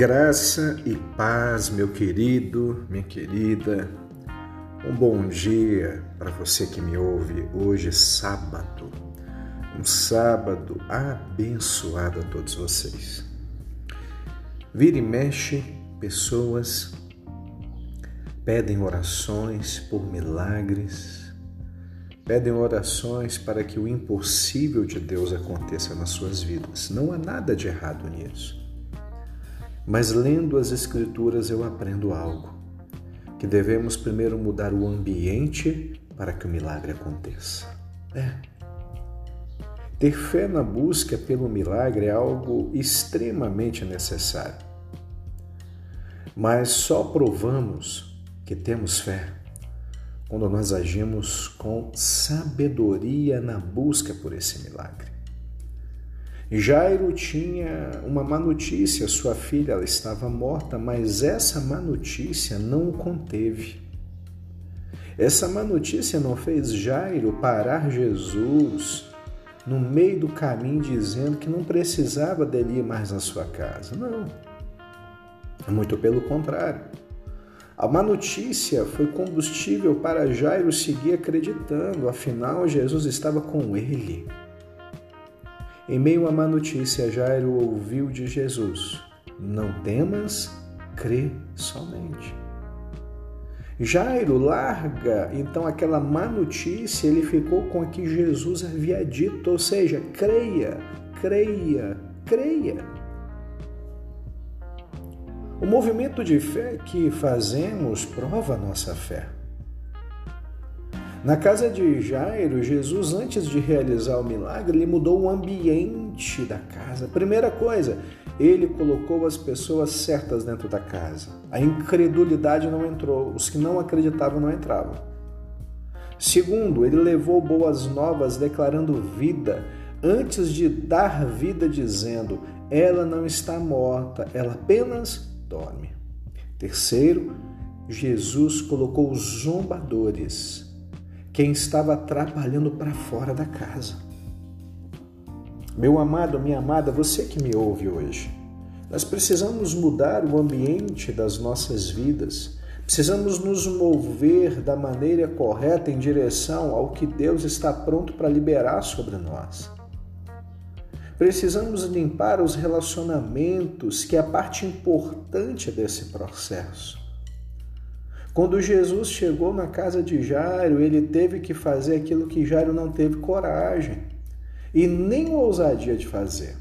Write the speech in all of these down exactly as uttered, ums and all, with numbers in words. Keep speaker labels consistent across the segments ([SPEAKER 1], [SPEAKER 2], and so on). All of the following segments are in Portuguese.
[SPEAKER 1] Graça e paz, meu querido, minha querida. Um bom dia para você que me ouve. Hoje é sábado, um sábado abençoado a todos vocês. Vira e mexe, pessoas pedem orações por milagres, pedem orações para que o impossível de Deus aconteça nas suas vidas. Não há nada de errado nisso. Mas lendo as Escrituras eu aprendo algo, que devemos primeiro mudar o ambiente para que o milagre aconteça. É. Ter fé na busca pelo milagre é algo extremamente necessário. Mas só provamos que temos fé quando nós agimos com sabedoria na busca por esse milagre. Jairo tinha uma má notícia, sua filha ela estava morta, mas essa má notícia não o conteve. Essa má notícia não fez Jairo parar Jesus no meio do caminho dizendo que não precisava dele ir mais na sua casa. Não, muito pelo contrário. A má notícia foi combustível para Jairo seguir acreditando, afinal Jesus estava com ele. Em meio à má notícia, Jairo ouviu de Jesus: não temas, crê somente. Jairo larga então aquela má notícia, ele ficou com o que Jesus havia dito, ou seja, creia, creia, creia. O movimento de fé que fazemos prova a nossa fé. Na casa de Jairo, Jesus, antes de realizar o milagre, ele mudou o ambiente da casa. Primeira coisa, ele colocou as pessoas certas dentro da casa. A incredulidade não entrou, os que não acreditavam não entravam. Segundo, ele levou boas novas declarando vida, antes de dar vida dizendo, ela não está morta, ela apenas dorme. Terceiro, Jesus colocou os zombadores, quem estava atrapalhando para fora da casa. Meu amado, minha amada, você que me ouve hoje, nós precisamos mudar o ambiente das nossas vidas, precisamos nos mover da maneira correta em direção ao que Deus está pronto para liberar sobre nós. Precisamos limpar os relacionamentos, que é a parte importante desse processo. Quando Jesus chegou na casa de Jairo, ele teve que fazer aquilo que Jairo não teve coragem e nem ousadia de fazer,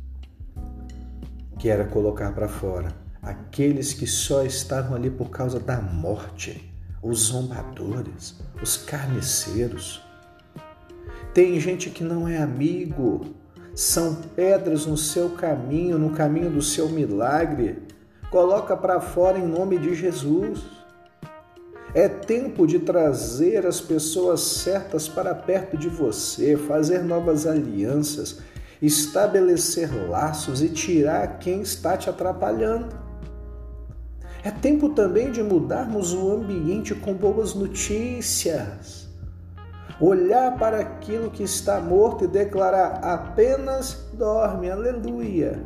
[SPEAKER 1] que era colocar para fora aqueles que só estavam ali por causa da morte, os zombadores, os carniceiros. Tem gente que não é amigo, são pedras no seu caminho, no caminho do seu milagre. Coloca para fora em nome de Jesus. É tempo de trazer as pessoas certas para perto de você, fazer novas alianças, estabelecer laços e tirar quem está te atrapalhando. É tempo também de mudarmos o ambiente com boas notícias. Olhar para aquilo que está morto e declarar, apenas dorme, aleluia.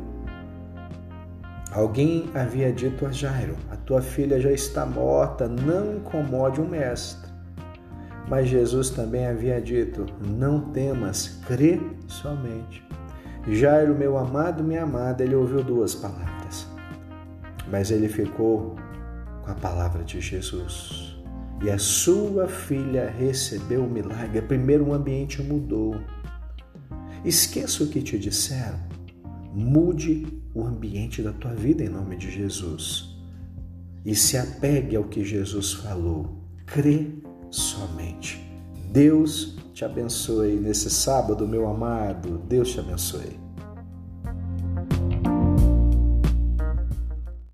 [SPEAKER 1] Alguém havia dito a Jairo, a tua filha já está morta, não incomode o mestre. Mas Jesus também havia dito, não temas, crê somente. Jairo, meu amado, minha amada, ele ouviu duas palavras, mas ele ficou com a palavra de Jesus. E a sua filha recebeu o milagre. Primeiro o ambiente mudou. Esqueça o que te disseram. Mude o ambiente da tua vida em nome de Jesus. E se apegue ao que Jesus falou. Crê somente. Deus te abençoe nesse sábado, meu amado. Deus te abençoe.